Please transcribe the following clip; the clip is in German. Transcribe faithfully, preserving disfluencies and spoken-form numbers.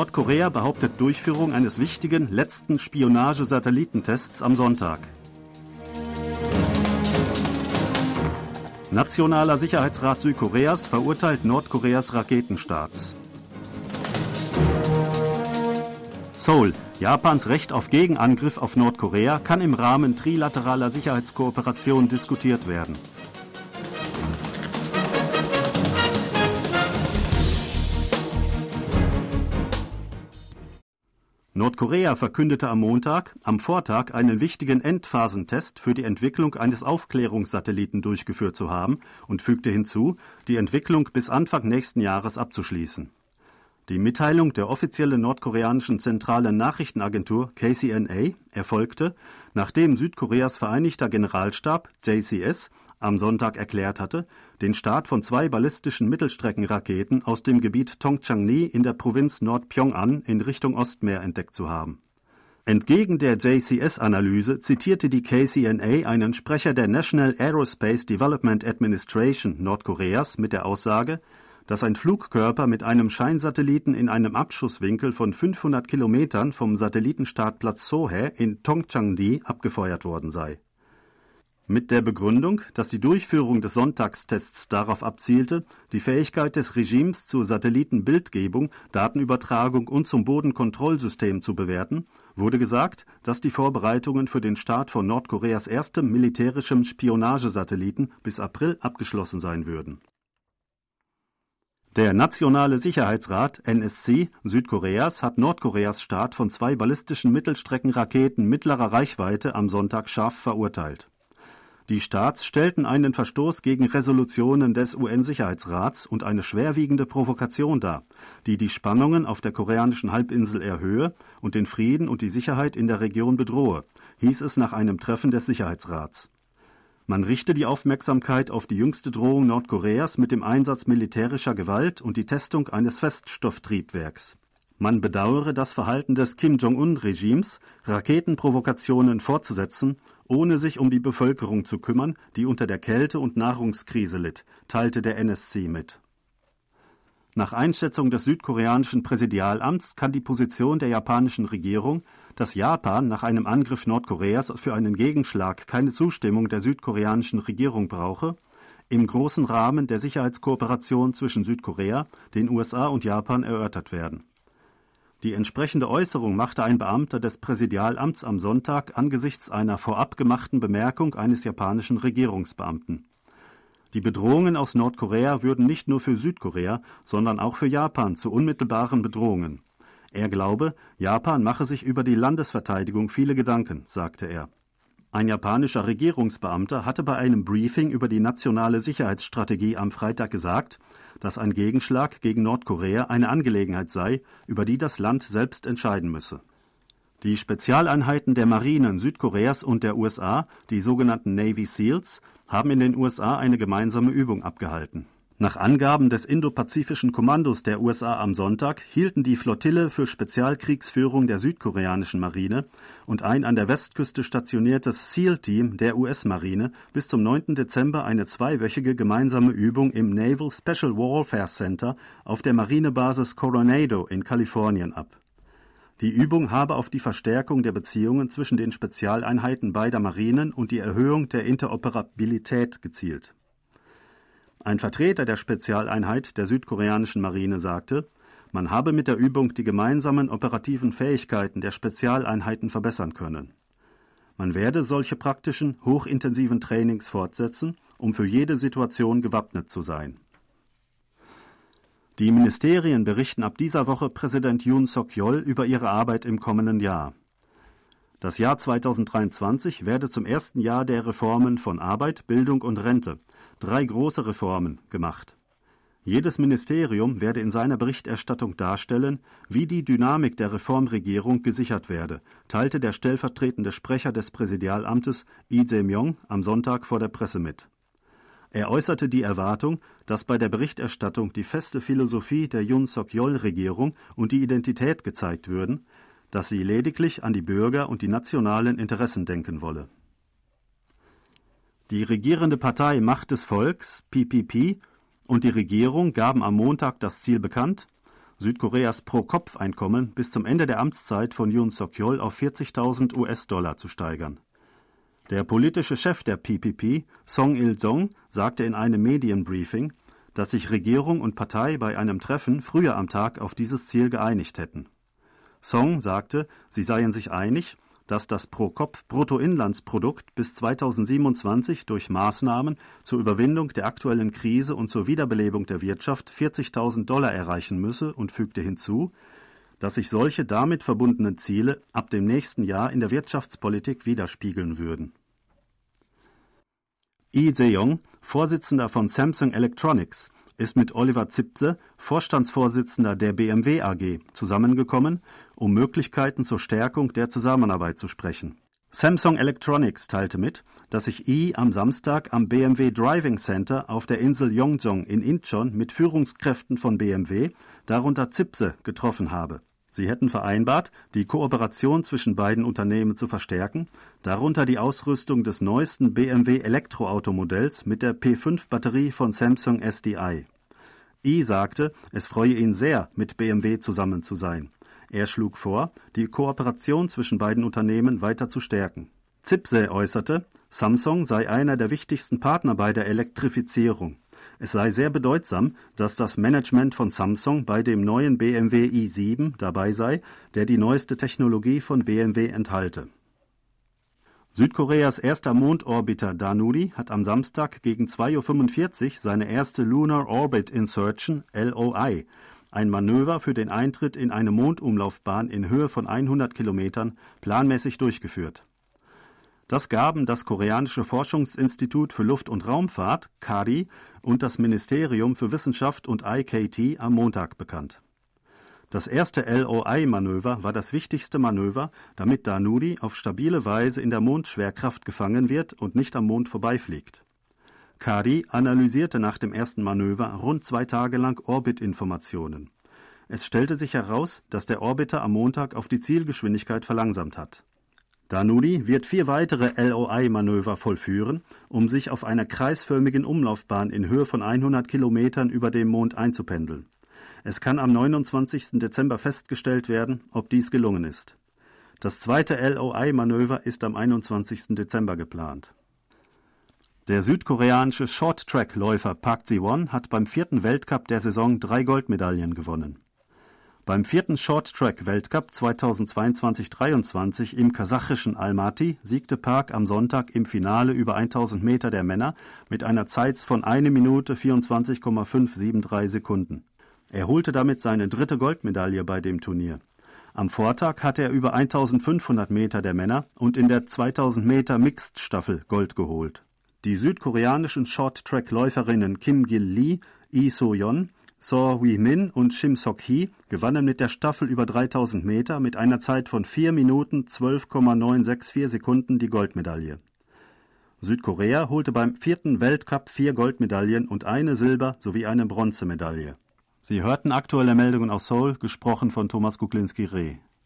Nordkorea behauptet Durchführung eines wichtigen letzten Spionage-Satellitentests am Sonntag. Nationaler Sicherheitsrat Südkoreas verurteilt Nordkoreas Raketenstarts. Seoul: Japans Recht auf Gegenangriff auf Nordkorea kann im Rahmen trilateraler Sicherheitskooperation diskutiert werden. Nordkorea verkündete am Montag, am Vortag einen wichtigen Endphasentest für die Entwicklung eines Aufklärungssatelliten durchgeführt zu haben und fügte hinzu, die Entwicklung bis Anfang nächsten Jahres abzuschließen. Die Mitteilung der offiziellen nordkoreanischen zentralen Nachrichtenagentur K C N A erfolgte, nachdem Südkoreas Vereinigter Generalstab J C S am Sonntag erklärt hatte, den Start von zwei ballistischen Mittelstreckenraketen aus dem Gebiet Tongchang-ni in der Provinz Nord-Pjöngan in Richtung Ostmeer entdeckt zu haben. Entgegen der J C S-Analyse zitierte die K C N A einen Sprecher der National Aerospace Development Administration Nordkoreas mit der Aussage, dass ein Flugkörper mit einem Scheinsatelliten in einem Abschusswinkel von fünfhundert Kilometern vom Satellitenstartplatz Sohae in Tongchang-ni abgefeuert worden sei. Mit der Begründung, dass die Durchführung des Sonntagstests darauf abzielte, die Fähigkeit des Regimes zur Satellitenbildgebung, Datenübertragung und zum Bodenkontrollsystem zu bewerten, wurde gesagt, dass die Vorbereitungen für den Start von Nordkoreas erstem militärischem Spionagesatelliten bis April abgeschlossen sein würden. Der Nationale Sicherheitsrat N S C Südkoreas hat Nordkoreas Start von zwei ballistischen Mittelstreckenraketen mittlerer Reichweite am Sonntag scharf verurteilt. Die Starts stellten einen Verstoß gegen Resolutionen des U N-Sicherheitsrats und eine schwerwiegende Provokation dar, die die Spannungen auf der koreanischen Halbinsel erhöhe und den Frieden und die Sicherheit in der Region bedrohe, hieß es nach einem Treffen des Sicherheitsrats. Man richte die Aufmerksamkeit auf die jüngste Drohung Nordkoreas mit dem Einsatz militärischer Gewalt und die Testung eines Feststofftriebwerks. Man bedauere das Verhalten des Kim-Jong-un-Regimes, Raketenprovokationen fortzusetzen, ohne sich um die Bevölkerung zu kümmern, die unter der Kälte- und Nahrungskrise litt, teilte der N S C mit. Nach Einschätzung des südkoreanischen Präsidialamts kann die Position der japanischen Regierung, dass Japan nach einem Angriff Nordkoreas für einen Gegenschlag keine Zustimmung der südkoreanischen Regierung brauche, im großen Rahmen der Sicherheitskooperation zwischen Südkorea, den U S A und Japan erörtert werden. Die entsprechende Äußerung machte ein Beamter des Präsidialamts am Sonntag angesichts einer vorab gemachten Bemerkung eines japanischen Regierungsbeamten. Die Bedrohungen aus Nordkorea würden nicht nur für Südkorea, sondern auch für Japan zu unmittelbaren Bedrohungen. Er glaube, Japan mache sich über die Landesverteidigung viele Gedanken, sagte er. Ein japanischer Regierungsbeamter hatte bei einem Briefing über die nationale Sicherheitsstrategie am Freitag gesagt, dass ein Gegenschlag gegen Nordkorea eine Angelegenheit sei, über die das Land selbst entscheiden müsse. Die Spezialeinheiten der Marinen Südkoreas und der U S A, die sogenannten Navy SEALs, haben in den U S A eine gemeinsame Übung abgehalten. Nach Angaben des Indopazifischen Kommandos der U S A am Sonntag hielten die Flottille für Spezialkriegsführung der südkoreanischen Marine und ein an der Westküste stationiertes SEAL-Team der U S-Marine bis zum neunten Dezember eine zweiwöchige gemeinsame Übung im Naval Special Warfare Center auf der Marinebasis Coronado in Kalifornien ab. Die Übung habe auf die Verstärkung der Beziehungen zwischen den Spezialeinheiten beider Marinen und die Erhöhung der Interoperabilität gezielt. Ein Vertreter der Spezialeinheit der südkoreanischen Marine sagte, man habe mit der Übung die gemeinsamen operativen Fähigkeiten der Spezialeinheiten verbessern können. Man werde solche praktischen, hochintensiven Trainings fortsetzen, um für jede Situation gewappnet zu sein. Die Ministerien berichten ab dieser Woche Präsident Yoon Suk-yeol über ihre Arbeit im kommenden Jahr. Das Jahr zweitausenddreiundzwanzig werde zum ersten Jahr der Reformen von Arbeit, Bildung und Rente, drei große Reformen, gemacht. Jedes Ministerium werde in seiner Berichterstattung darstellen, wie die Dynamik der Reformregierung gesichert werde, teilte der stellvertretende Sprecher des Präsidialamtes Lee Jae-myung am Sonntag vor der Presse mit. Er äußerte die Erwartung, dass bei der Berichterstattung die feste Philosophie der Yoon Suk-yeol-Regierung und die Identität gezeigt würden, dass sie lediglich an die Bürger und die nationalen Interessen denken wolle. Die regierende Partei Macht des Volks, P P P, und die Regierung gaben am Montag das Ziel bekannt, Südkoreas Pro-Kopf-Einkommen bis zum Ende der Amtszeit von Yoon Suk-yeol auf vierzigtausend U S-Dollar zu steigern. Der politische Chef der P P P, Song Il-sung, sagte in einem Medienbriefing, dass sich Regierung und Partei bei einem Treffen früher am Tag auf dieses Ziel geeinigt hätten. Song sagte, sie seien sich einig, dass das Pro-Kopf-Bruttoinlandsprodukt bis zweitausendsiebenundzwanzig durch Maßnahmen zur Überwindung der aktuellen Krise und zur Wiederbelebung der Wirtschaft vierzigtausend Dollar erreichen müsse und fügte hinzu, dass sich solche damit verbundenen Ziele ab dem nächsten Jahr in der Wirtschaftspolitik widerspiegeln würden. Lee Se-yong, Vorsitzender von Samsung Electronics, ist mit Oliver Zipse, Vorstandsvorsitzender der B M W A G, zusammengekommen, um Möglichkeiten zur Stärkung der Zusammenarbeit zu sprechen. Samsung Electronics teilte mit, dass sich Lee am Samstag am B M W Driving Center auf der Insel Yeongjong in Incheon mit Führungskräften von B M W, darunter Zipse, getroffen habe. Sie hätten vereinbart, die Kooperation zwischen beiden Unternehmen zu verstärken, darunter die Ausrüstung des neuesten B M W Elektroautomodells mit der P fünf Batterie von Samsung S D I. Lee sagte, es freue ihn sehr, mit B M W zusammen zu sein. Er schlug vor, die Kooperation zwischen beiden Unternehmen weiter zu stärken. Zipse äußerte, Samsung sei einer der wichtigsten Partner bei der Elektrifizierung. Es sei sehr bedeutsam, dass das Management von Samsung bei dem neuen B M W i sieben dabei sei, der die neueste Technologie von B M W enthalte. Südkoreas erster Mondorbiter Danuri hat am Samstag gegen zwei Uhr fünfundvierzig seine erste Lunar Orbit Insertion L O I, ein Manöver für den Eintritt in eine Mondumlaufbahn in Höhe von hundert Kilometern, planmäßig durchgeführt. Das gaben das koreanische Forschungsinstitut für Luft- und Raumfahrt, K A R I, und das Ministerium für Wissenschaft und I K T am Montag bekannt. Das erste L O I-Manöver war das wichtigste Manöver, damit Danuri auf stabile Weise in der Mondschwerkraft gefangen wird und nicht am Mond vorbeifliegt. K A R I analysierte nach dem ersten Manöver rund zwei Tage lang Orbitinformationen. Es stellte sich heraus, dass der Orbiter am Montag auf die Zielgeschwindigkeit verlangsamt hat. Danuri wird vier weitere L O I-Manöver vollführen, um sich auf einer kreisförmigen Umlaufbahn in Höhe von hundert Kilometern über dem Mond einzupendeln. Es kann am neunundzwanzigsten Dezember festgestellt werden, ob dies gelungen ist. Das zweite L O I-Manöver ist am einundzwanzigsten Dezember geplant. Der südkoreanische Short-Track-Läufer Park Ji-won hat beim vierten Weltcup der Saison drei Goldmedaillen gewonnen. Beim vierten Short-Track-Weltcup zweitausendzweiundzwanzig dreiundzwanzig im kasachischen Almaty siegte Park am Sonntag im Finale über tausend Meter der Männer mit einer Zeit von eine Minute vierundzwanzig Komma fünf sieben drei Sekunden. Er holte damit seine dritte Goldmedaille bei dem Turnier. Am Vortag hatte er über eintausendfünfhundert Meter der Männer und in der zweitausend Meter Mixed-Staffel Gold geholt. Die südkoreanischen Short-Track-Läuferinnen Kim Gil-lee, Lee So-yeon, So Hui-min und Shim Sok-hee gewannen mit der Staffel über dreitausend Meter mit einer Zeit von vier Minuten zwölf Komma neun sechs vier Sekunden die Goldmedaille. Südkorea holte beim vierten Weltcup vier Goldmedaillen und eine Silber- sowie eine Bronzemedaille. Sie hörten aktuelle Meldungen aus Seoul, gesprochen von Thomas Kuklinski-Reh.